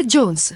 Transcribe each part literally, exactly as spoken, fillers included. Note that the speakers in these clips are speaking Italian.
mister Jones.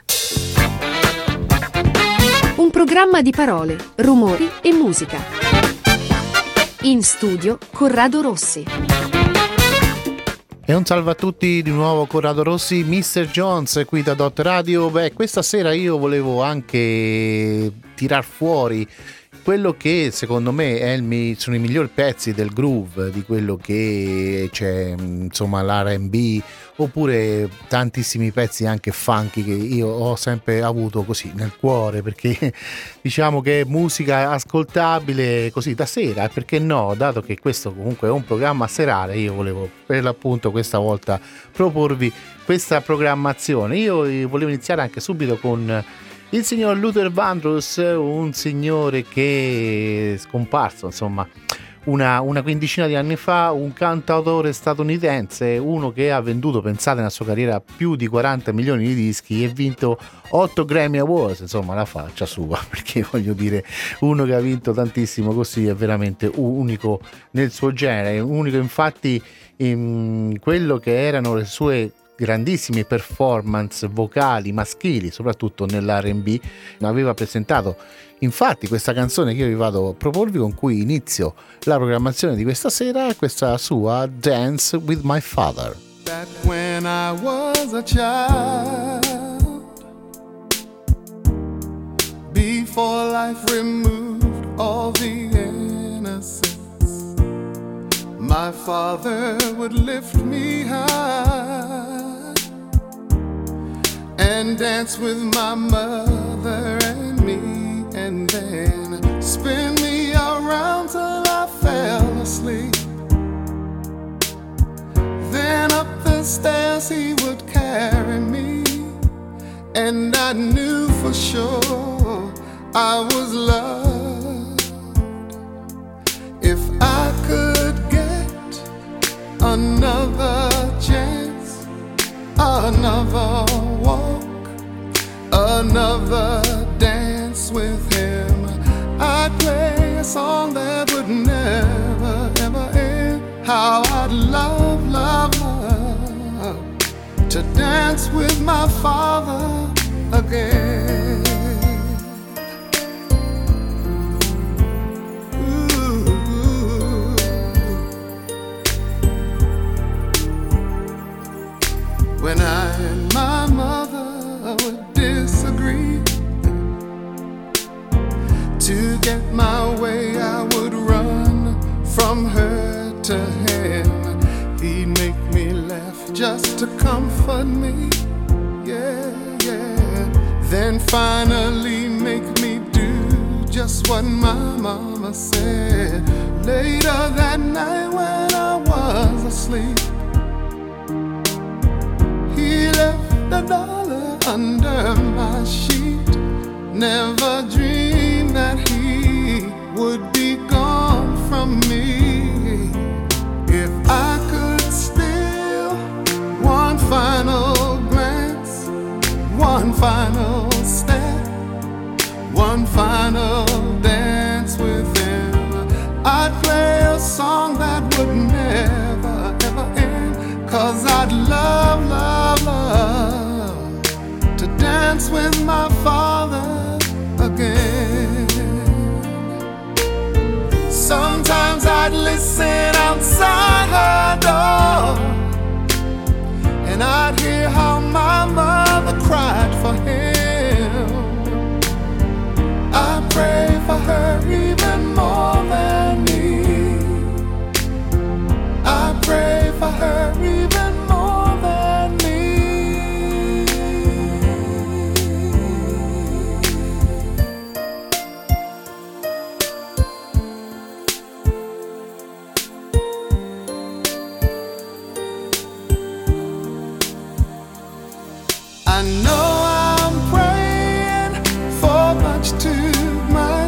Un programma di parole, rumori e musica. In studio Corrado Rossi. E un salve a tutti, di nuovo Corrado Rossi, mister Jones qui da Dot Radio. Beh, questa sera io volevo anche tirar fuori quello che secondo me è il, sono i migliori pezzi del groove, di quello che c'è, insomma, l'R and B, oppure tantissimi pezzi anche funky che io ho sempre avuto così nel cuore, perché diciamo che è musica ascoltabile così da sera, perché no, dato che questo comunque è un programma serale, io volevo per l'appunto questa volta proporvi questa programmazione. Io volevo iniziare anche subito con il signor Luther Vandross, un signore che è scomparso insomma una, una quindicina di anni fa, un cantautore statunitense, uno che ha venduto, pensate, nella sua carriera più di quaranta milioni di dischi e vinto otto Grammy Awards, insomma la faccia sua, perché voglio dire, uno che ha vinto tantissimo così è veramente unico nel suo genere, unico infatti in quello che erano le sue grandissime performance vocali maschili, soprattutto nell'R and B. Aveva presentato infatti questa canzone che io vi vado a proporvi, con cui inizio la programmazione di questa sera, questa sua Dance with My Father. That when I was a child, before life removed all the innocence, my father would lift me high and dance with my mother and me, and then spin me around till I fell asleep. Then up the stairs he would carry me, and I knew for sure I was loved. If I could get another chance, another walk, another dance with him, I'd play a song that would never, ever end. How I'd love, love, love to dance with my father again. When I and my mother would disagree, to get my way I would run from her to him. He'd make me laugh just to comfort me, yeah, yeah. Then finally make me do just what my mama said. Later that night when I was asleep, he left a dollar under my sheet. Never dreamed that he would be gone from me. If I could steal one final glance, one final step, one final dance with him, I'd play a song that would never, ever end. Cause I'd love, love, love to dance with my father again. Sometimes I'd listen outside her door, and I'd hear how my mother cried for him. I pray for her even more than me. I pray for her even more than me. I know I'm praying for much too much.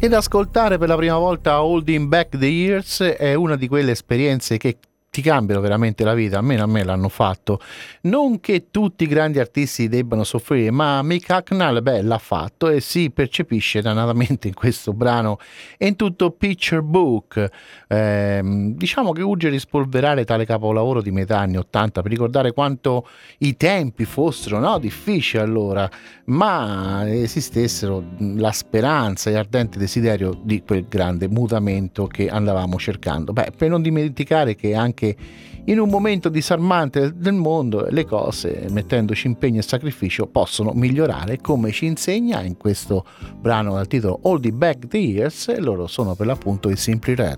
Ed ascoltare per la prima volta Holding Back the Years è una di quelle esperienze che ti cambiano veramente la vita, almeno a me l'hanno fatto. Non che tutti i grandi artisti debbano soffrire, ma Mick Hucknall, beh, l'ha fatto e si percepisce dannatamente in questo brano e in tutto Picture Book. Eh, diciamo che urge rispolverare tale capolavoro di metà anni ottanta per ricordare quanto i tempi fossero, no, difficili allora, ma esistessero la speranza e ardente desiderio di quel grande mutamento che andavamo cercando. Beh, per non dimenticare che anche in un momento disarmante del mondo le cose, mettendoci impegno e sacrificio, possono migliorare, come ci insegna in questo brano dal titolo Holding Back the Years, e loro sono per l'appunto i Simply Red.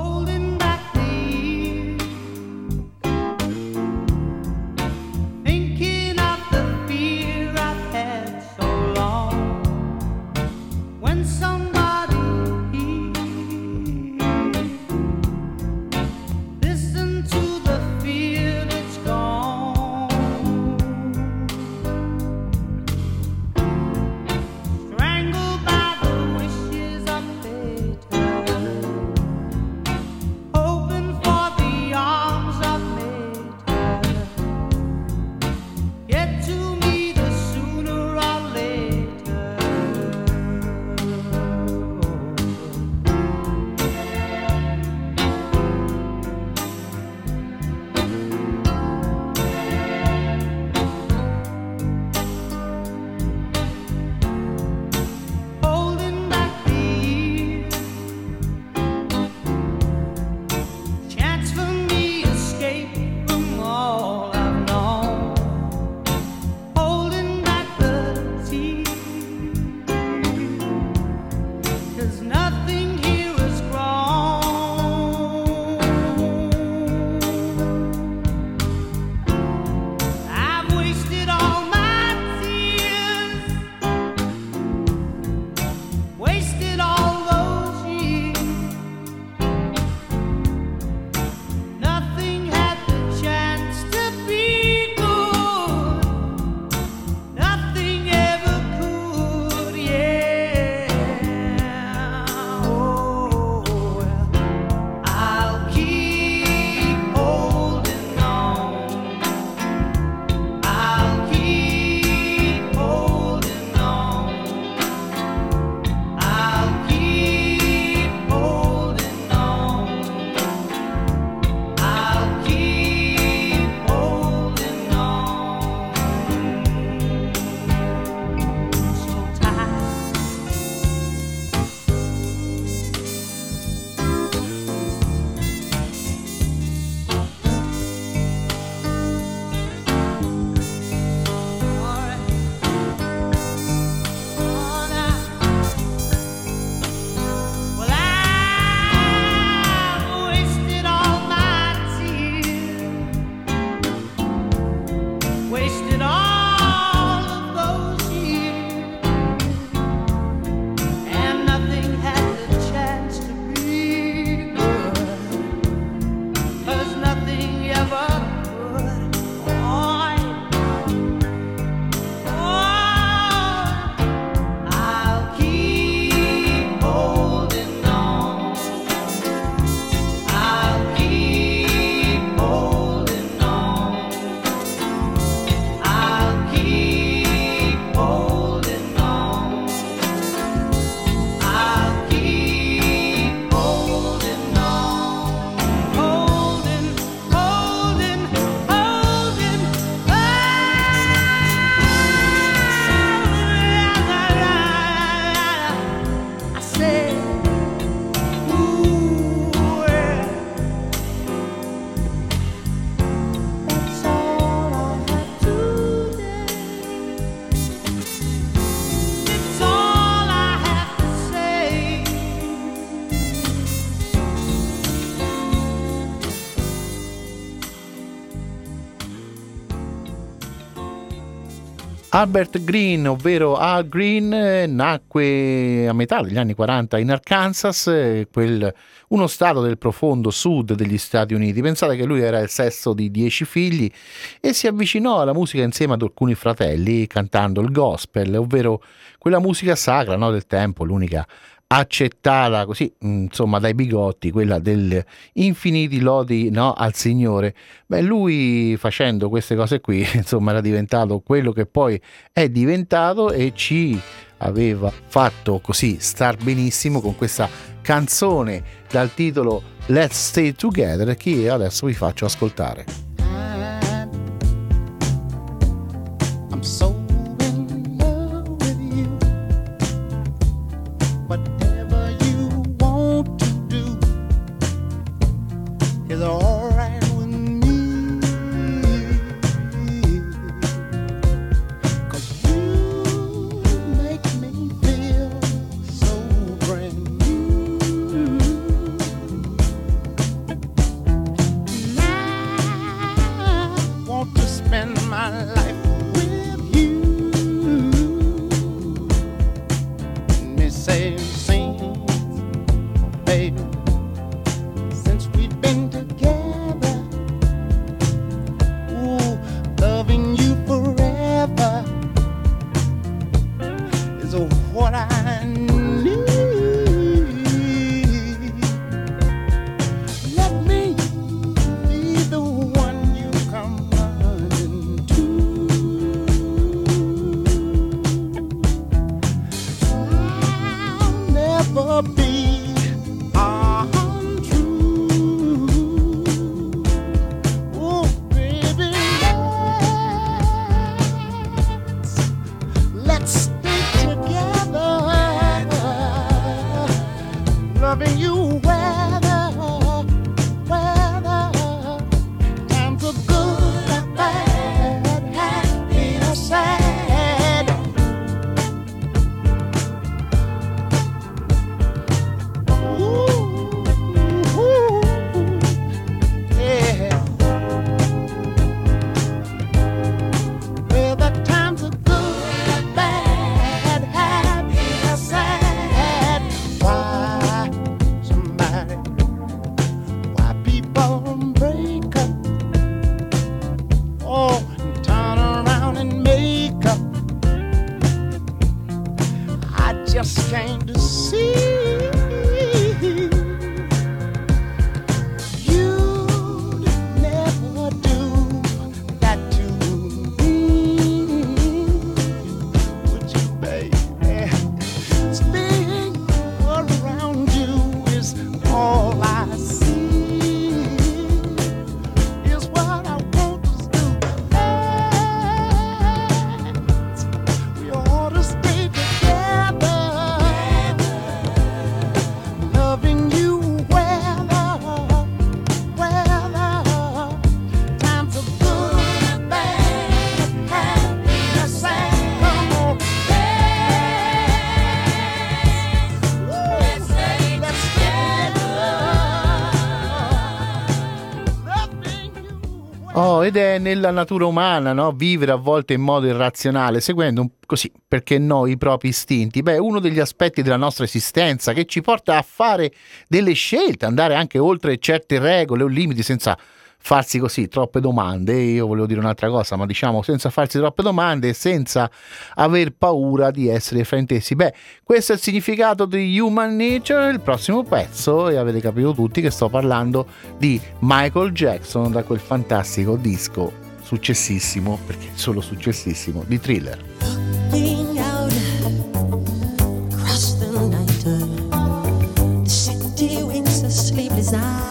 Albert Green, ovvero Al Green, nacque a metà degli anni quaranta in Arkansas, quel, uno stato del profondo sud degli Stati Uniti. Pensate che lui era il sesto di dieci figli e si avvicinò alla musica insieme ad alcuni fratelli cantando il gospel, ovvero quella musica sacra, no, del tempo, l'unica accettata così, insomma, dai bigotti, quella del infiniti lodi, no, al Signore. Beh, lui facendo queste cose qui, insomma, era diventato quello che poi è diventato e ci aveva fatto così star benissimo con questa canzone dal titolo Let's Stay Together, che adesso vi faccio ascoltare. I'm so all right with me, 'cause you make me feel so brand new. And I want to spend my life with you. Let me say, sing, baby. What I need. Let me be the one you come running to. I'll never be untrue. Oh, baby, let's loving you weather, weather, times are good or bad, happy or sad. Ooh, ooh, yeah. Whether times are good or bad, happy or sad. Why? Break up, oh, and turn around and make up. I just came to see you'd never do that to me, would you, baby? Staying around you is all I see. Oh, ed è nella natura umana, no? Vivere a volte in modo irrazionale, seguendo un, così, perché no, i propri istinti. Beh, uno degli aspetti della nostra esistenza che ci porta a fare delle scelte, andare anche oltre certe regole o limiti senza farsi così troppe domande. Io volevo dire un'altra cosa, ma diciamo senza farsi troppe domande e senza aver paura di essere fraintesi. Beh, questo è il significato di Human Nature, il prossimo pezzo, e avete capito tutti che sto parlando di Michael Jackson, da quel fantastico disco successissimo, perché solo successissimo, di Thriller. Looking out across the night, the city winks a sleepless eye.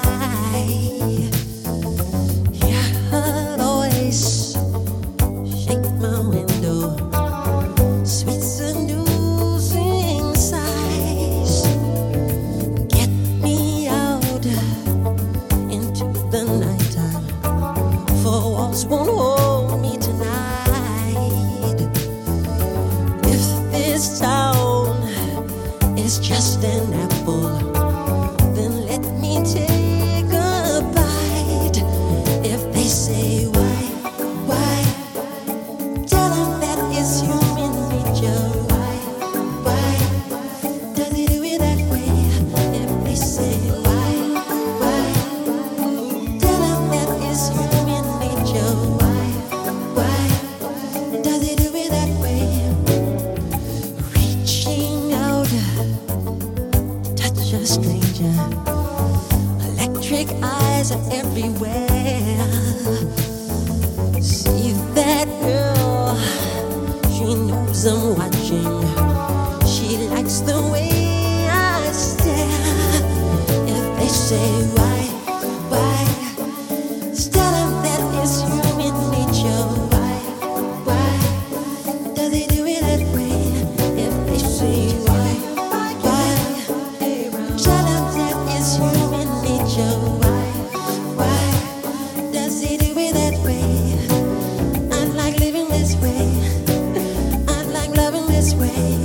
Won't hold me tonight. If this town is just an apple, then let me take a bite. If they say why, why, tell them that it's human nature. Why, why, does it do it that way? If they say why, why, tell them that it's human nature. Why, why, does it do it that way? Reaching out eyes are everywhere. See that girl, she knows I'm watching. She likes the way I stare. If they say why, why, tell them that it's human nature. Why, why, does he do it that way? If they say why, why, tell them that it's human nature. Why, why, does he do it that way? I like living this way. I like loving this way.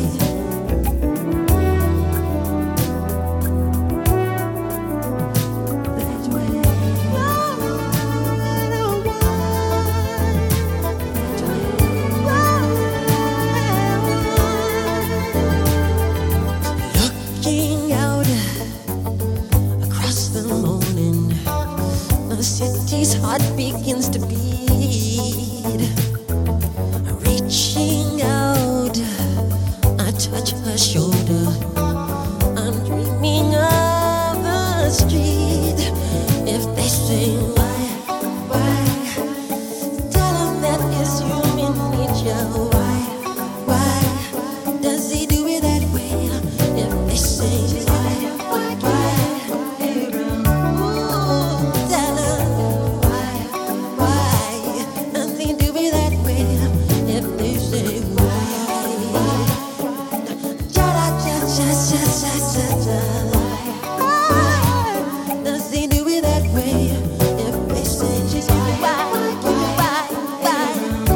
Looking out across the morning, the city's heart begins to beat. Reaching out, I touch her shoulder. I'm dreaming of the street. If they say why, why, tell them that it's human nature. Why, why, does he do it that way? If they say why, why, ooh, tell them why, why, does he do it that way? If they say why, cha cha cha cha cha cha cha. Does he do it that way? If they say why, why, why,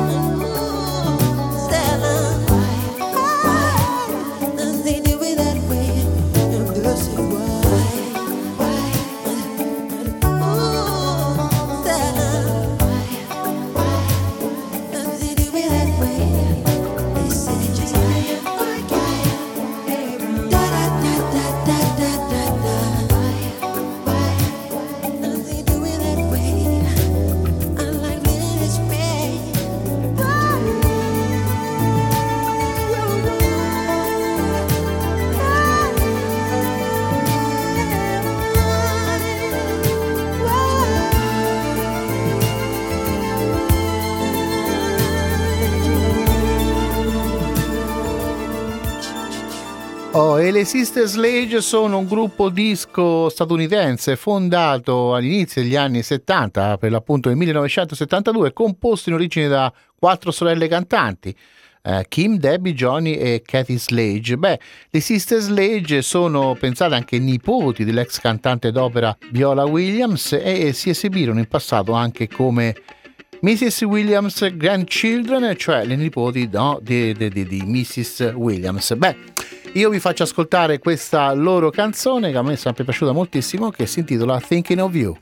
ooh, tell them why, does he do it that way? If they say why, why, ooh, tell them why, does he do it that way? They say why, da da da da da da da da. Does he do it that way? I like living this way. Oh, e le Sister Sledge sono un gruppo disco statunitense fondato all'inizio degli anni settanta, per l'appunto nel millenovecentosettantadue, composto in origine da quattro sorelle cantanti, eh, Kim, Debbie, Johnny e Kathy Sledge. Beh, le Sister Sledge sono pensate anche nipoti dell'ex cantante d'opera Viola Williams e si esibirono in passato anche come missus Williams Grandchildren, cioè le nipoti no, di, di, di, di missus Williams. Beh, io vi faccio ascoltare questa loro canzone che a me è sempre piaciuta moltissimo, che si intitola Thinking of You.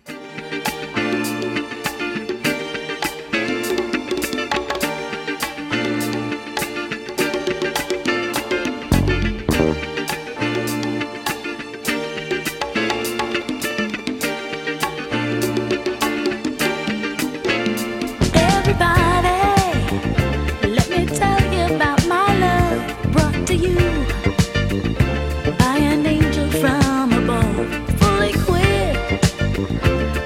By an angel from above, fully equipped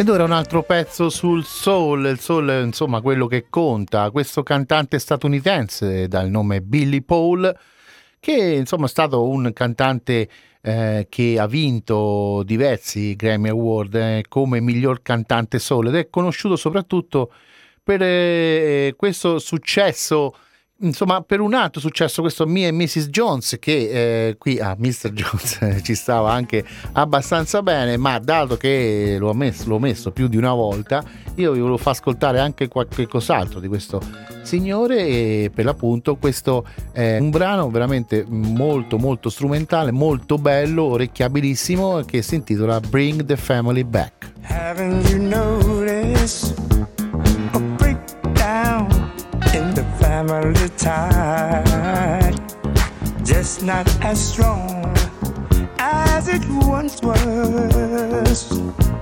Ed ora un altro pezzo sul soul, il soul è insomma quello che conta, questo cantante statunitense dal nome Billy Paul, che insomma è stato un cantante eh, che ha vinto diversi Grammy Award eh, come miglior cantante soul ed è conosciuto soprattutto per eh, questo successo, insomma per un altro successo, questo Me and missus Jones, che eh, qui a ah, mister Jones ci stava anche abbastanza bene, ma dato che l'ho messo, l'ho messo più di una volta, io vi volevo far ascoltare anche qualche cos'altro di questo signore, e per l'appunto questo è un brano veramente molto molto strumentale, molto bello, orecchiabilissimo, che si intitola Bring the Family Back. Haven't you noticed a breakdown in the family tie? Just not as strong as it once was.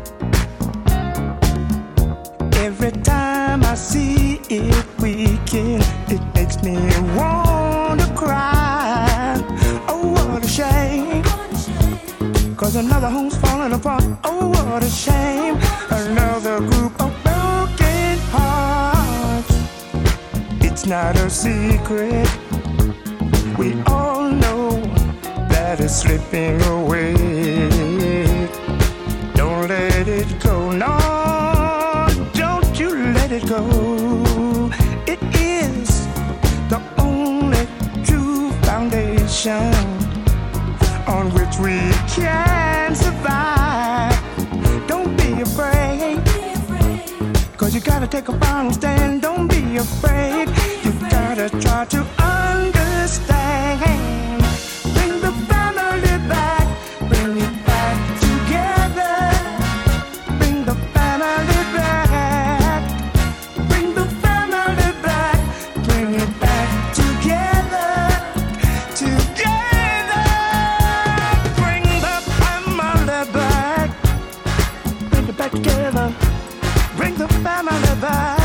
Every time I see it weaken, it makes me want to cry. Oh, what a shame, 'cause another home's falling apart. Oh, what a shame, another group of broken hearts. It's not a secret, we all know that it's slipping away. Don't let it go, no, don't you let it go. It is the only true foundation on which we can survive. Don't be afraid, 'cause you gotta take a final stand. Don't be afraid, you gotta try to understand. Bring the family back, bring it back together. Bring the family back, bring the family back, bring it back together, together. Bring the family back, bring it back together. Bring the family back.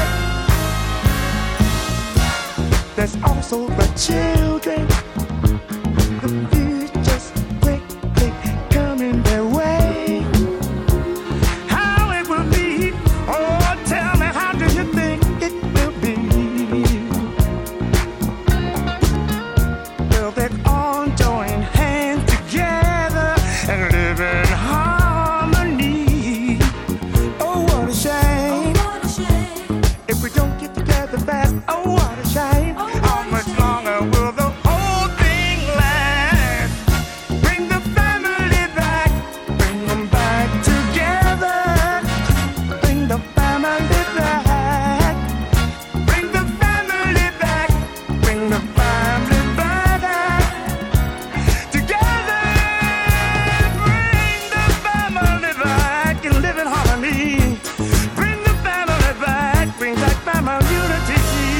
There's also the children, the future's quickly coming their way. How it will be, oh tell me, how do you think it will be? Will they all join hands together and live in harmony? Oh, what a shame, if we don't get together fast. Oh, what a shame. How much longer will the whole thing last? Bring the family back, bring them back together. Bring the family back, bring the family back, bring the family back together. Bring the family back and live in harmony. Bring the family back, bring back family unity.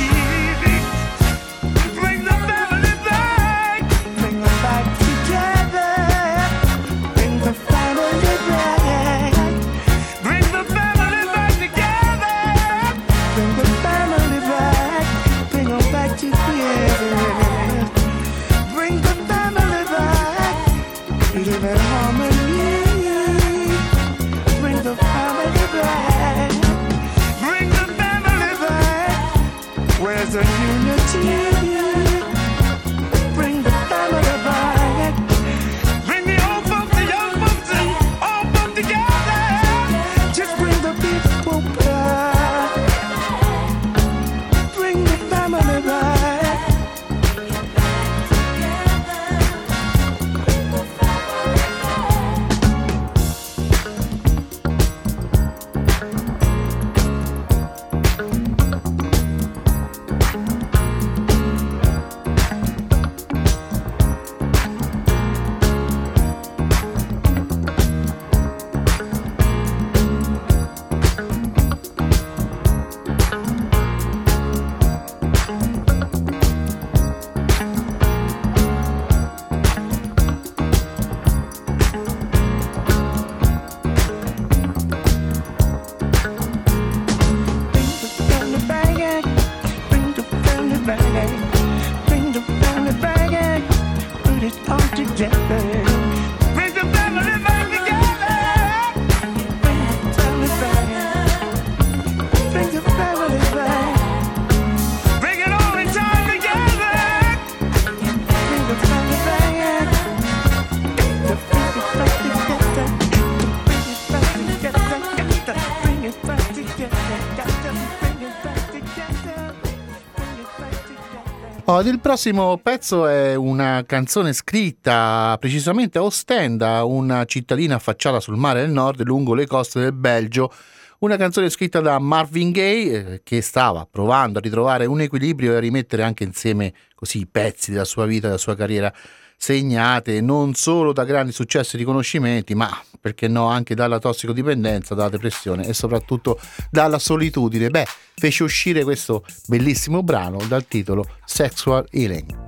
Bring the family back, bring them back together. Bring the family back, bring the family back together. Bring the family back, bring them back together. Bring the family back, live in harmony. Bring the family back, bring the family back. Where's the unity? Bring the family back. Bring the old folks, the young folks, and all folks together. Just bring the people back. Bring the family back. Bring the family back together. Bring the family back. Oh, il prossimo pezzo è una canzone scritta precisamente a Ostenda, una cittadina affacciata sul mare del nord lungo le coste del Belgio. Una canzone scritta da Marvin Gaye eh, che stava provando a ritrovare un equilibrio e a rimettere anche insieme così i pezzi della sua vita, della sua carriera, segnate non solo da grandi successi e riconoscimenti, ma perché no anche dalla tossicodipendenza, dalla depressione e soprattutto dalla solitudine. Beh, fece uscire questo bellissimo brano dal titolo Sexual Healing.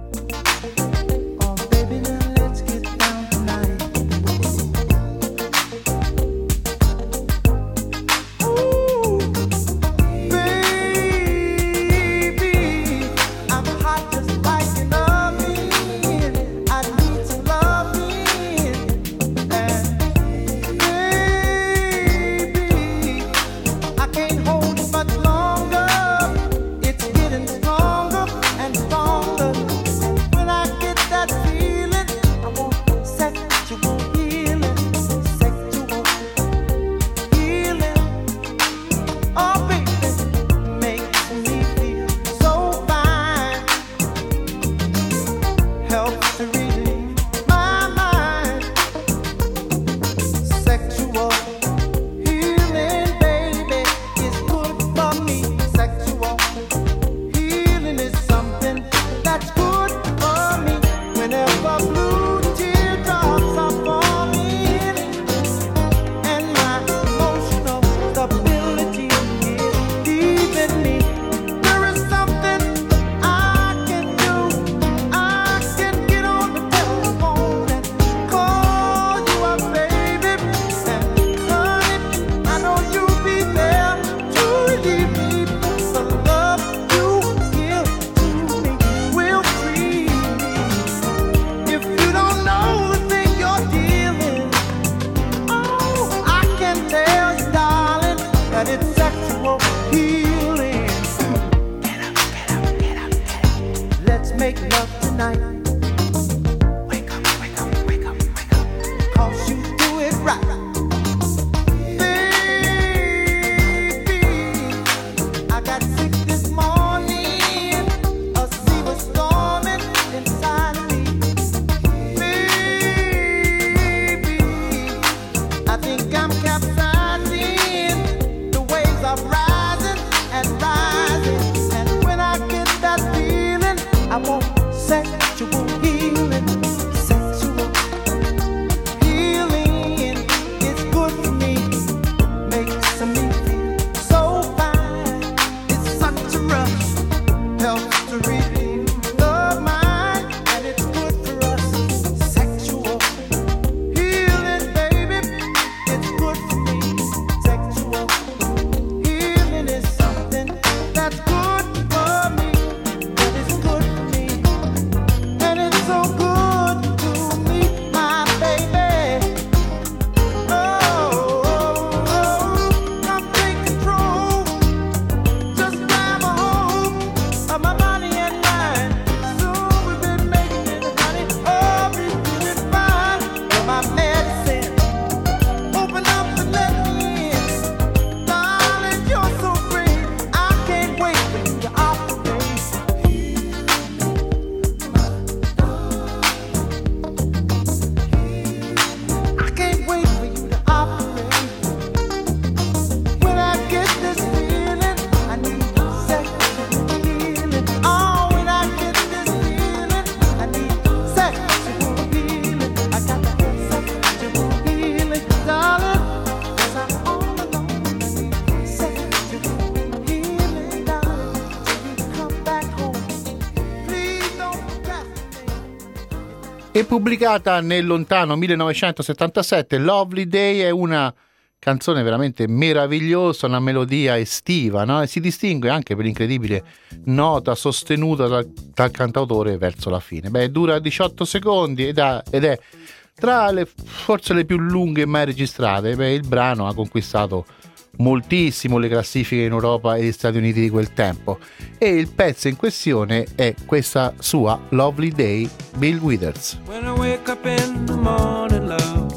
E pubblicata nel lontano millenovecentosettantasette, Lovely Day è una canzone veramente meravigliosa, una melodia estiva, no? E si distingue anche per l'incredibile nota sostenuta dal, dal cantautore verso la fine. Beh, dura diciotto secondi ed, ha, ed è tra le forse le più lunghe mai registrate. Beh, il brano ha conquistato moltissimo le classifiche in Europa e negli Stati Uniti di quel tempo, e il pezzo in questione è questa sua Lovely Day, Bill Withers. When I wake up in the morning, love,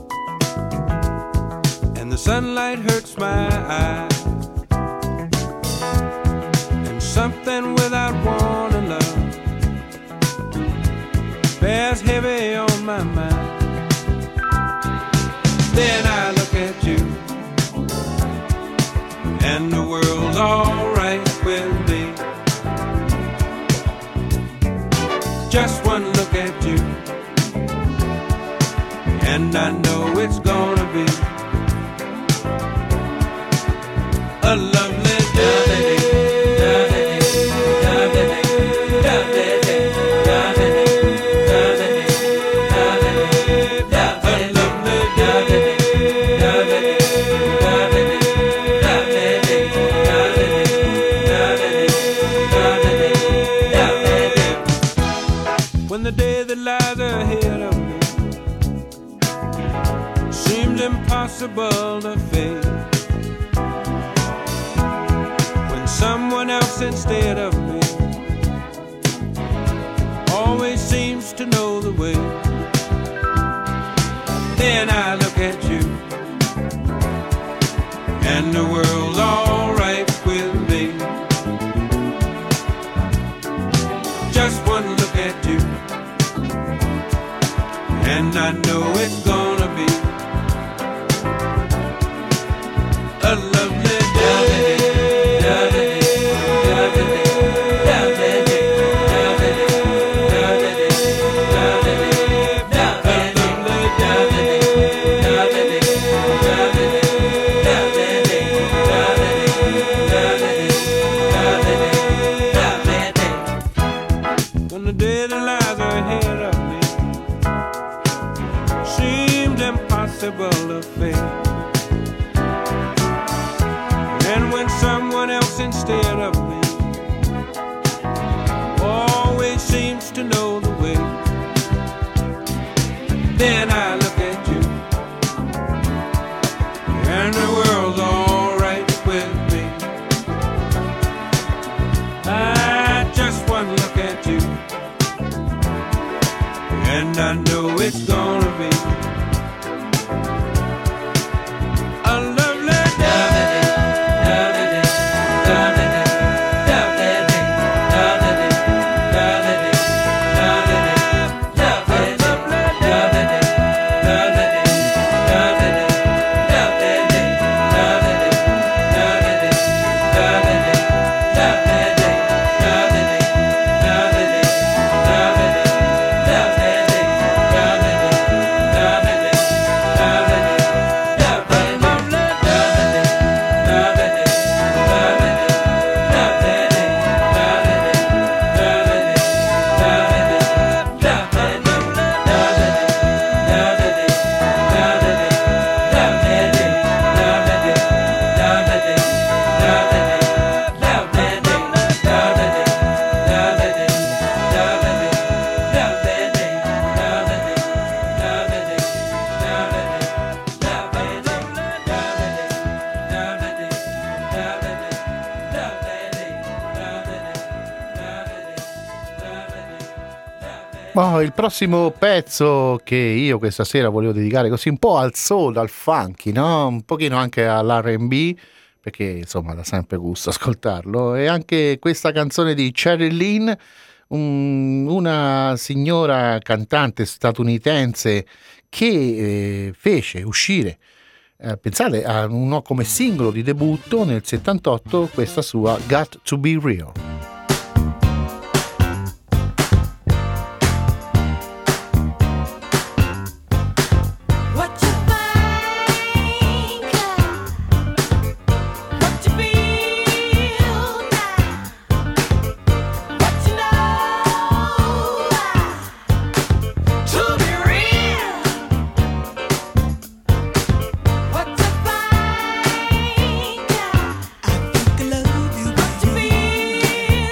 and the sunlight hurts my eyes, and something without warning, love, lies heavy on my mind. Then I look at you, and the world's alright with me. Just one look at you, and I know it's gonna be a lovely day. When the day that lies ahead of me seems impossible to face, when someone else instead of me always seems to know the way, then I look at you, and the world's alright with me. Just one look at you, and I know it's gonna be a lovely day. When the day that lies ahead of me seems impossible to face, and when someone else instead of me always seems to know the way, then I look at you, and the world's alright with me. I just one look at you, and I know it's gonna be a lovely day. Oh, il prossimo pezzo che io questa sera volevo dedicare così un po' al soul, al funky, no? Un pochino anche all'R and B, perché insomma dà sempre gusto ascoltarlo. E anche questa canzone di Cheryl Lynn, un, una signora cantante statunitense che eh, fece uscire, eh, pensate, a uno come singolo di debutto nel settantotto questa sua Got to Be Real. I think I love you, baby.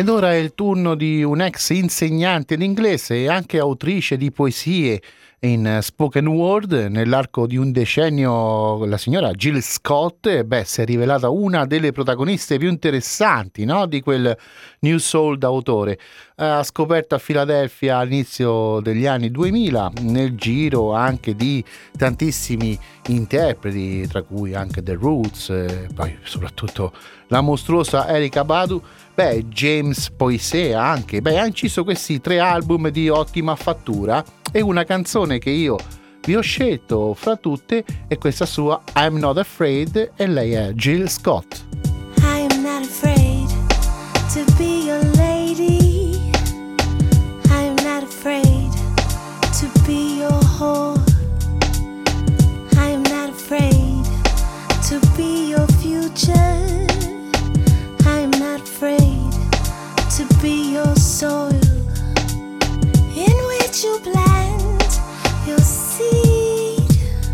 Ed ora è il turno di un ex insegnante di inglese e anche autrice di poesie in spoken word. Nell'arco di un decennio la signora Jill Scott beh, si è rivelata una delle protagoniste più interessanti, no? Di quel New Soul d'autore. Ha scoperto a Filadelfia all'inizio degli anni duemila, nel giro anche di tantissimi interpreti, tra cui anche The Roots, e poi soprattutto la mostruosa Erykah Badu. Beh, James Poisey anche, beh, ha inciso questi tre album di ottima fattura e una canzone che io vi ho scelto fra tutte è questa sua I'm Not Afraid, e lei è Jill Scott. I am not afraid to be your lady. I am not afraid to be your whore. I am not afraid to be your future. I am not afraid to be your soil in which you plant your seed.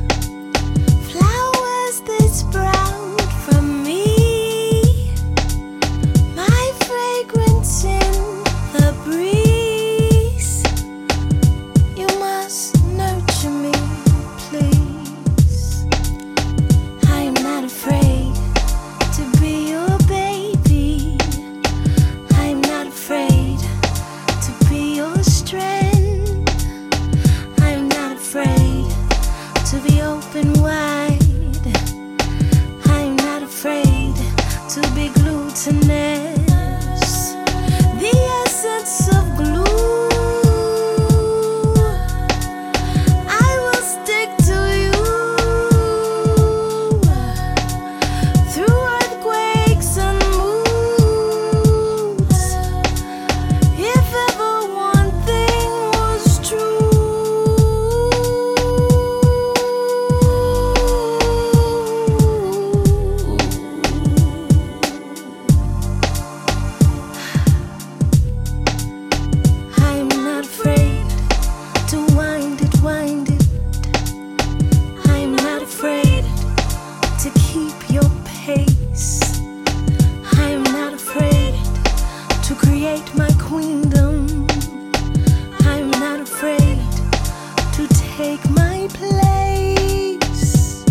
Flowers that sprout from me, my fragrance in the breeze. You must nurture me, please. I am not afraid to be your baby. I'm not afraid to be your strength. I'm not afraid to be open wide. I'm not afraid to be glutinous, the essence of glue. I will stick to you through earthquakes and moods. If ever one thing was true, I'm not afraid to wind it, wind it. I'm not afraid to keep your pace. I'm not afraid to create my queendom. I'm not afraid to take my place.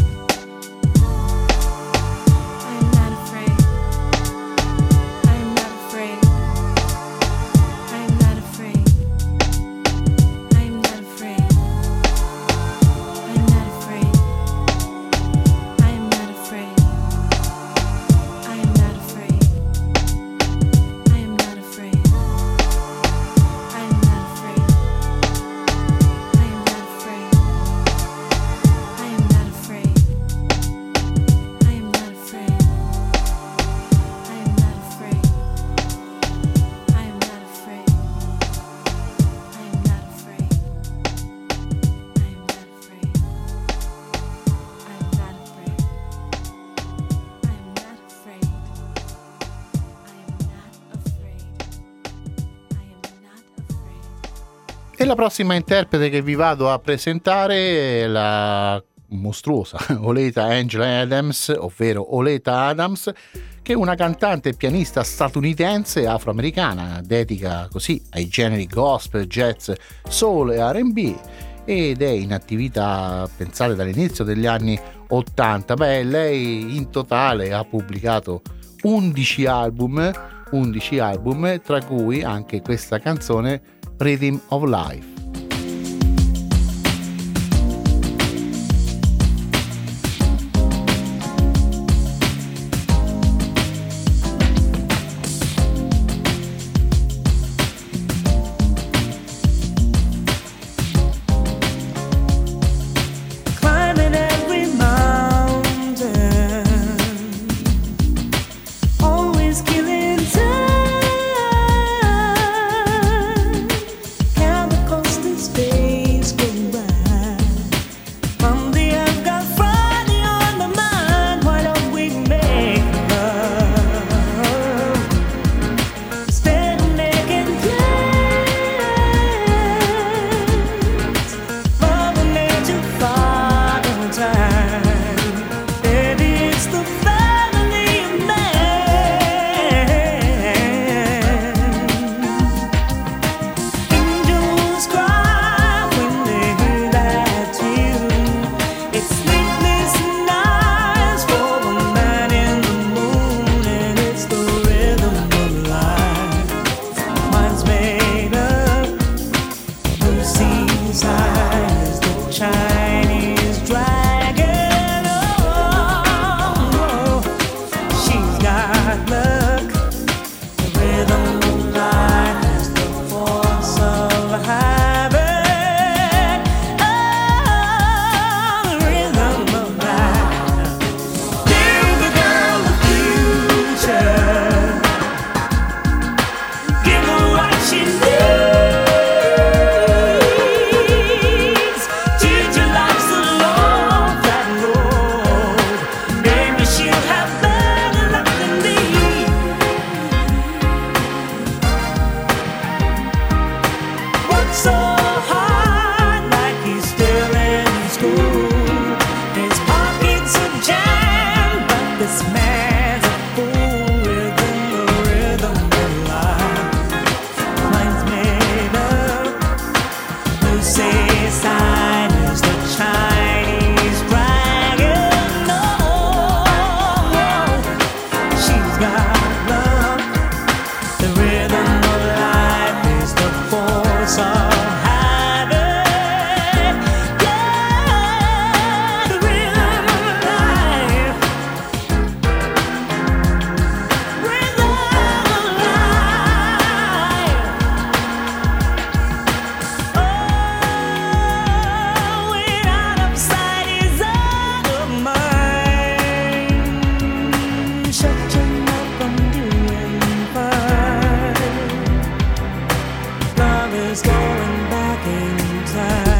I'm not afraid. I'm not afraid. I'm not afraid. I'm not afraid. I'm not afraid. I'm not afraid. I'm not afraid. I'm not afraid. I'm not afraid. I'm not afraid. I'm not afraid. I'm not afraid. I'm not afraid. I'm not afraid. I'm not afraid. I'm not afraid. I'm not afraid. I'm not afraid. I am not afraid. E la prossima interprete che vi vado a presentare è la mostruosa Oleta Angela Adams, ovvero Oleta Adams, che è una cantante e pianista statunitense afroamericana, dedica così ai generi gospel, jazz, soul e R and B, ed è in attività, pensate, dall'inizio degli anni ottanta. Beh, lei in totale ha pubblicato undici album, undici album, tra cui anche questa canzone Rhythm of Life. Climbing every mountain, always killing time. Chemicals was going back in time.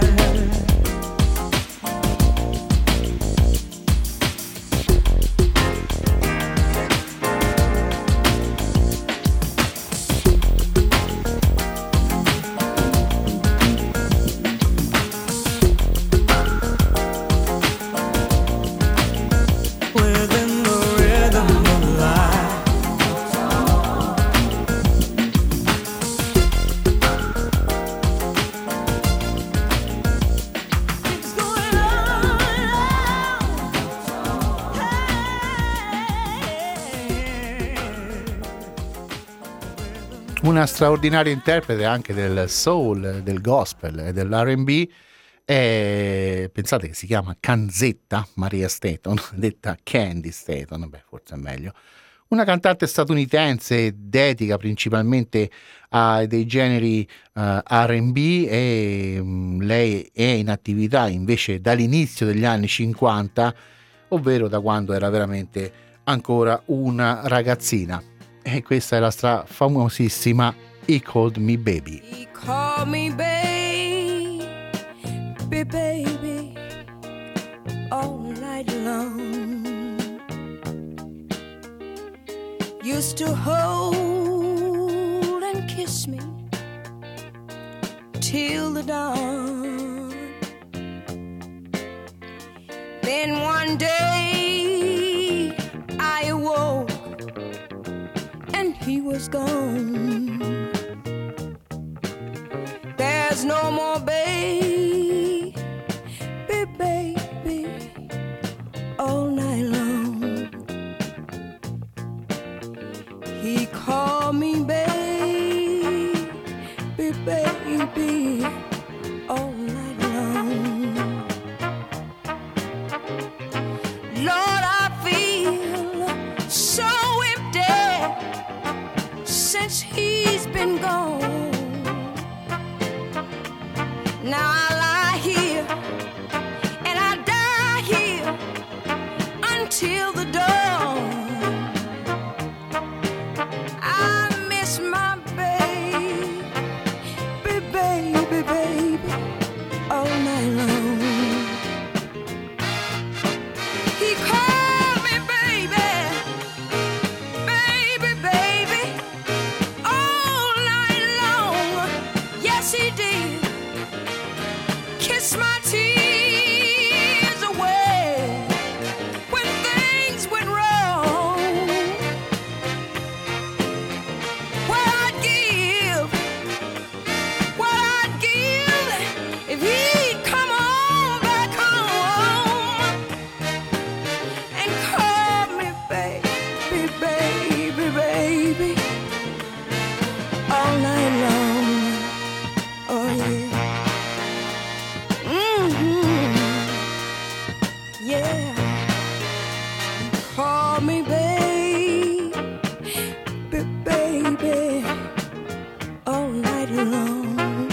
Una straordinaria interprete anche del soul, del gospel e dell'R and B. E pensate che si chiama Canzetta Maria Staton, detta Candy Staton, beh, forse è meglio. Una cantante statunitense dedica principalmente a dei generi uh, R and B e um, lei è in attività invece dall'inizio degli anni cinquanta, ovvero da quando era veramente ancora una ragazzina. E questa è la stra famosissima He Called Me Baby. He called me baby, baby, all night long. Used to hold and kiss me till the dawn. Then one day I awoke and he was gone. There's no more baby, baby, all night long. He called me baby, baby, all night long. Lord, I feel so empty since he's been gone. Now I lie here and I die here until the dawn. I miss my baby, baby, baby, all night long. He called me baby, baby, baby, all night long. Yes, he did. Kiss my tears away when things went wrong. What I'd give, what I'd give if he'd come on back home and call me baby, baby, baby, all night long. Oh yeah. Yeah, call me baby, baby, all night long.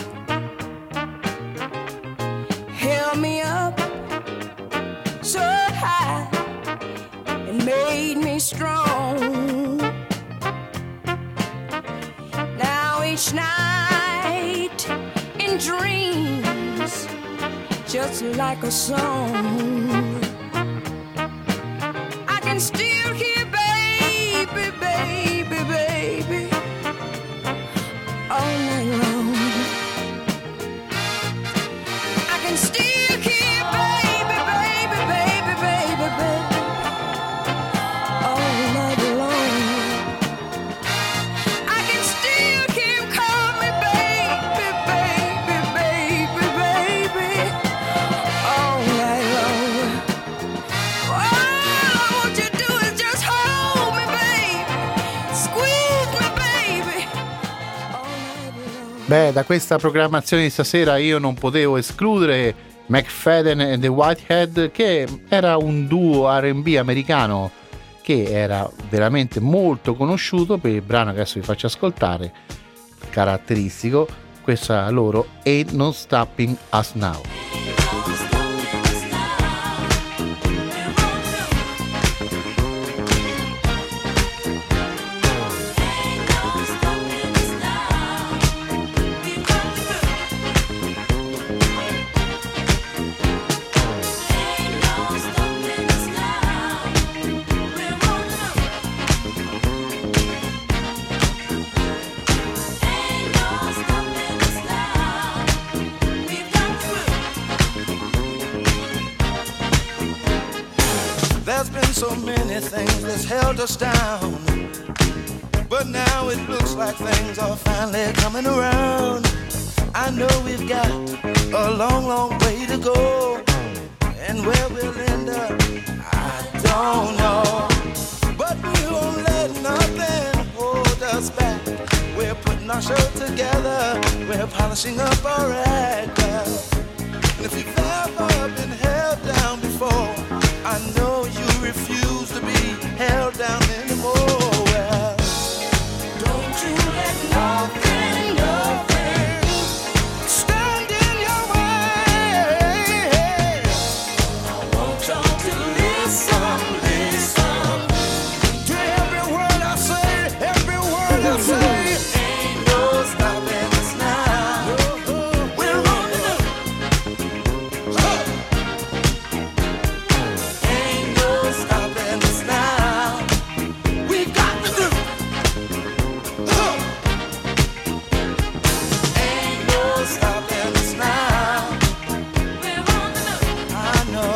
Held me up so high and made me strong. Now each night in dreams, just like a song, I can still hear baby, baby, baby, all night long. I can still hear baby, baby, baby, baby, baby, all night long. I can still hear him call me baby, baby, baby, baby, all night long. All I want you to do is just hold me, baby, squeeze me, baby, all night long. Beh, da questa programmazione di stasera io non potevo escludere McFadden e The Whitehead, che era un duo R and B americano che era veramente molto conosciuto per il brano che adesso vi faccio ascoltare, caratteristico, questa loro Ain't No Stopping Us Now. Because so many things that's held us down, but now it looks like things are finally coming around. I know we've got a long, long way to go, and where we'll end up, I don't know. But we won't let nothing hold us back. We're putting our show together, we're polishing up our act. And if you've ever been held down before, I know you refuse to be held down anymore. Well, don't you let nothing, nothing stand in your way. I want y'all to listen, listen to every word I say, every word I say. Ain't no stopping us now. We're on the move. Ain't no stopping us now. We got the groove. Ain't no stopping us now. We're on the move. I know,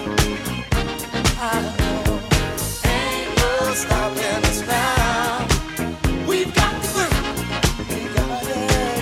I know. Ain't no stopping us now. We've got the groove. We got it.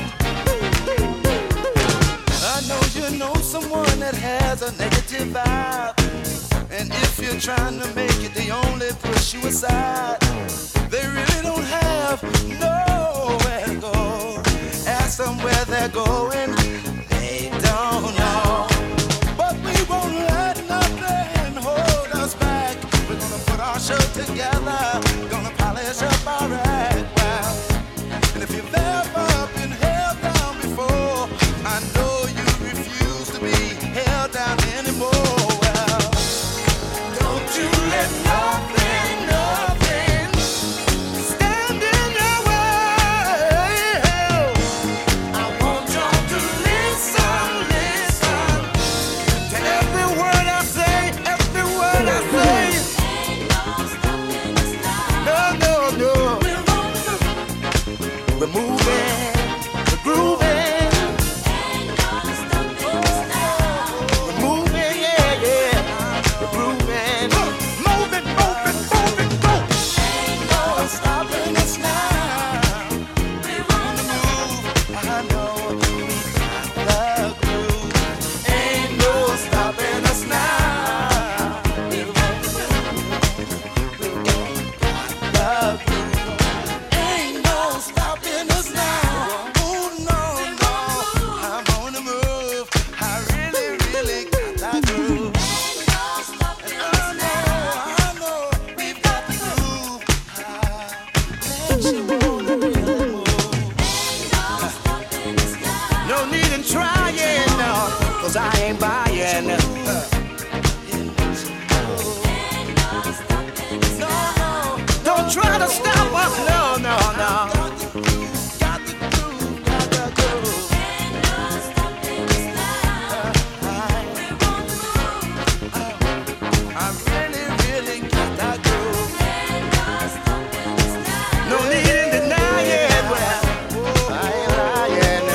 I know you know someone that has a negative vibe, and if you're trying to make it, they only push you aside. They really don't have nowhere to go. Ask them where they're going, they don't know. But we won't let nothing hold us back. We're gonna put our show together, gonna polish up our act. Wow. And if you've ever been held down before, I know you refuse to be held down anymore. Well, don't you let nothing, nothing stand in your way. I want y'all to listen, listen to every word I say, every word I say. No, no, no. We're moving, we're grooving. We're moving, yeah, yeah. We're grooving. Moving, moving, moving, moving. Ain't no stopping us now. We're on the move. I know we got the groove. Ain't no stopping us now. We're on the move. We got the groove. Ain't no stopping us now. Oh no, no, I'm on the move. I really, really got that groove. And I know, I know, we've got the groove. I let you on the really move. No need in trying, no, 'cause I ain't buying. No, no, don't try to stop us, no, no, no. Got the groove, got the groove. I really, really got that groove. No need in denying, well, I ain't lying.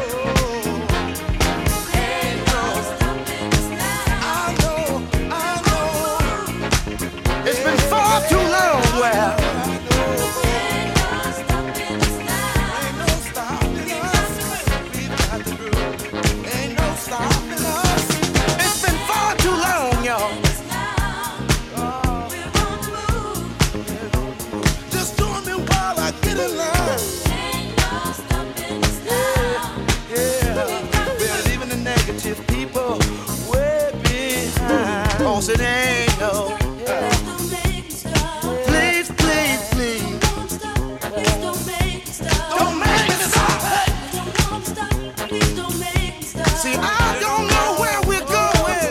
I know, I know. It's been far too long, well. Ain't no stopping us. We've got the groove. Ain't no stopping us. It's been far too long, y'all. Just join me while I get in line. Yeah, we're leaving the negative people way behind. 'Cause it ain't no. Please, please, please. Don't make me stop. See, I don't know where we're going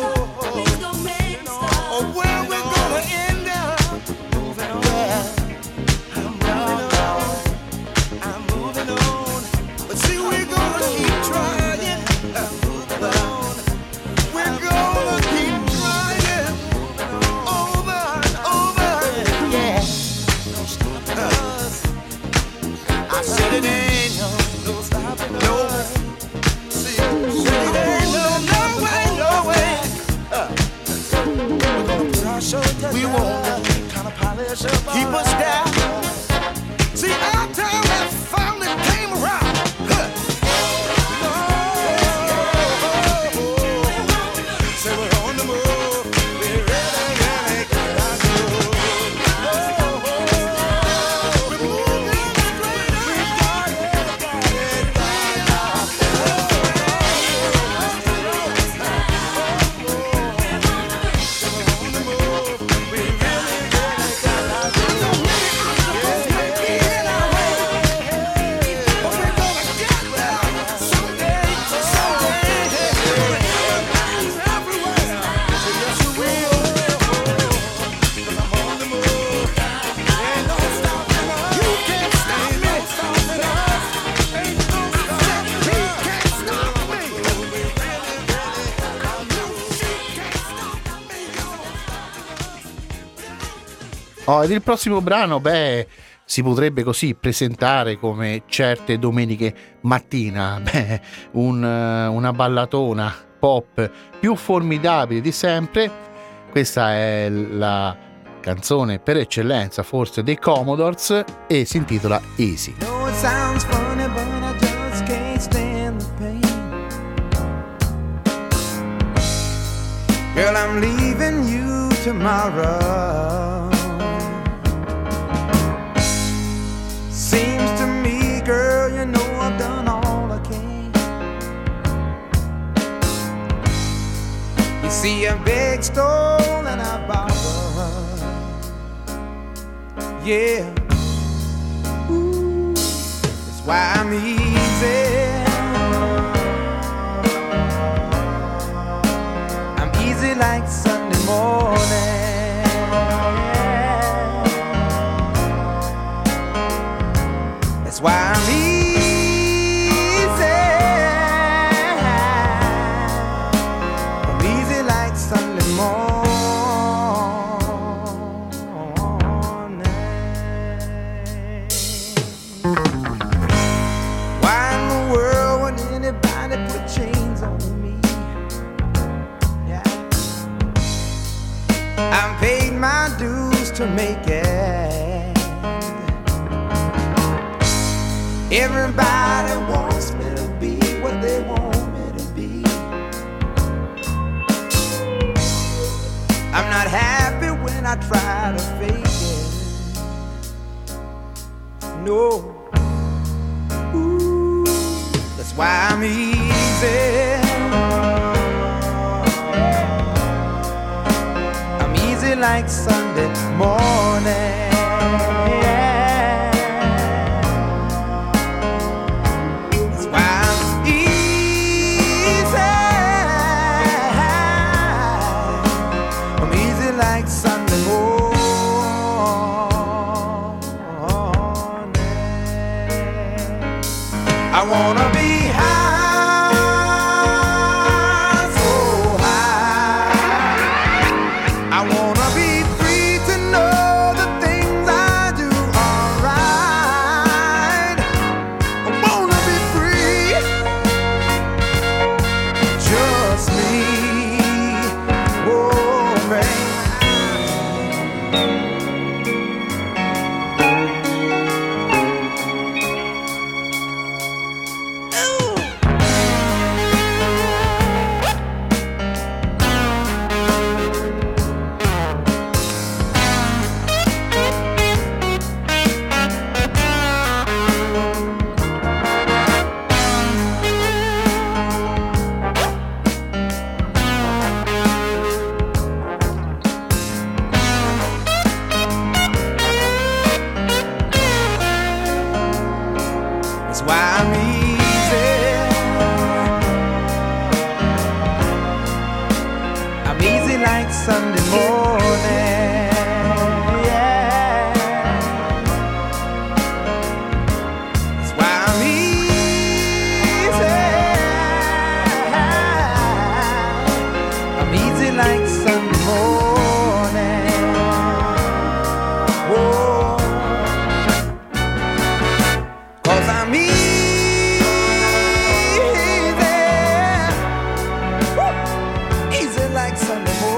or where we're gonna end up. Moving on. I'm moving on. I'm moving on. But see, we're gonna keep trying. I'm moving on. We're gonna keep trying. Oh, ed il prossimo brano, beh, si potrebbe così presentare come certe domeniche mattina, beh, un, una ballatona pop più formidabile di sempre. Questa è la canzone per eccellenza forse dei Commodores e si intitola Easy. No, it sounds funny, but I just can't stand the pain. Girl, I'm leaving you tomorrow. Seems to me, girl, you know I've done all I can. You see, I beg, stole, and I borrowed. Yeah. Ooh, that's why I'm easy. I'm easy like Sunday morning. That's why I'm easy. I'm easy like Sunday morning. Why in the world would anybody put chains on me? Yeah. I've paid my dues to make it. Everybody wants me to be what they want me to be. I'm not happy when I try to fake it. No. Ooh, that's why I'm easy. I'm easy like Sunday morning. I wanna be high, so high. I wanna be free to know the things I do are right. I wanna be free, just me, oh baby. Sunday morning, yeah. That's why I'm easy. I'm easy like Sunday morning. Whoa. 'Cause I'm easy. Woo. Easy like Sunday morning.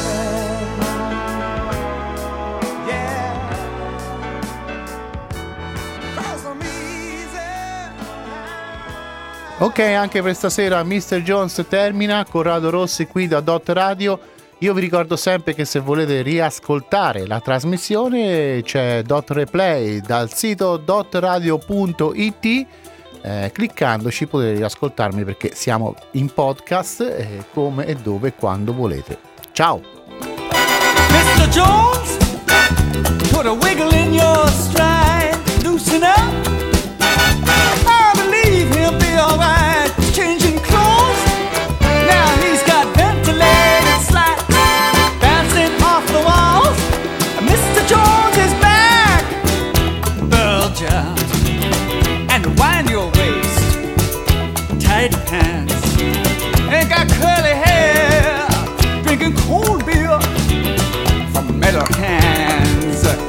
Ok, anche per stasera mister Jones termina. Corrado Rossi qui da Dot Radio. Io vi ricordo sempre che se volete riascoltare la trasmissione c'è Dot Replay dal sito dot radio punto it. Eh, cliccandoci potete riascoltarmi perché siamo in podcast eh, come e dove e quando volete. Ciao! mister Jones, put a wiggle in your stride, loosen up. I believe he'll be alright. Changing clothes, now he's got ventilated slats bouncing off the walls. mister Jones is back. Bulge out and wind your waist, tight pants, ain't got curly hair, drinking cold beer from metal cans.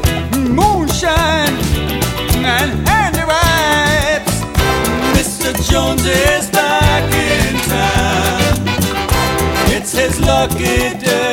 Jones is back in town. It's his lucky day.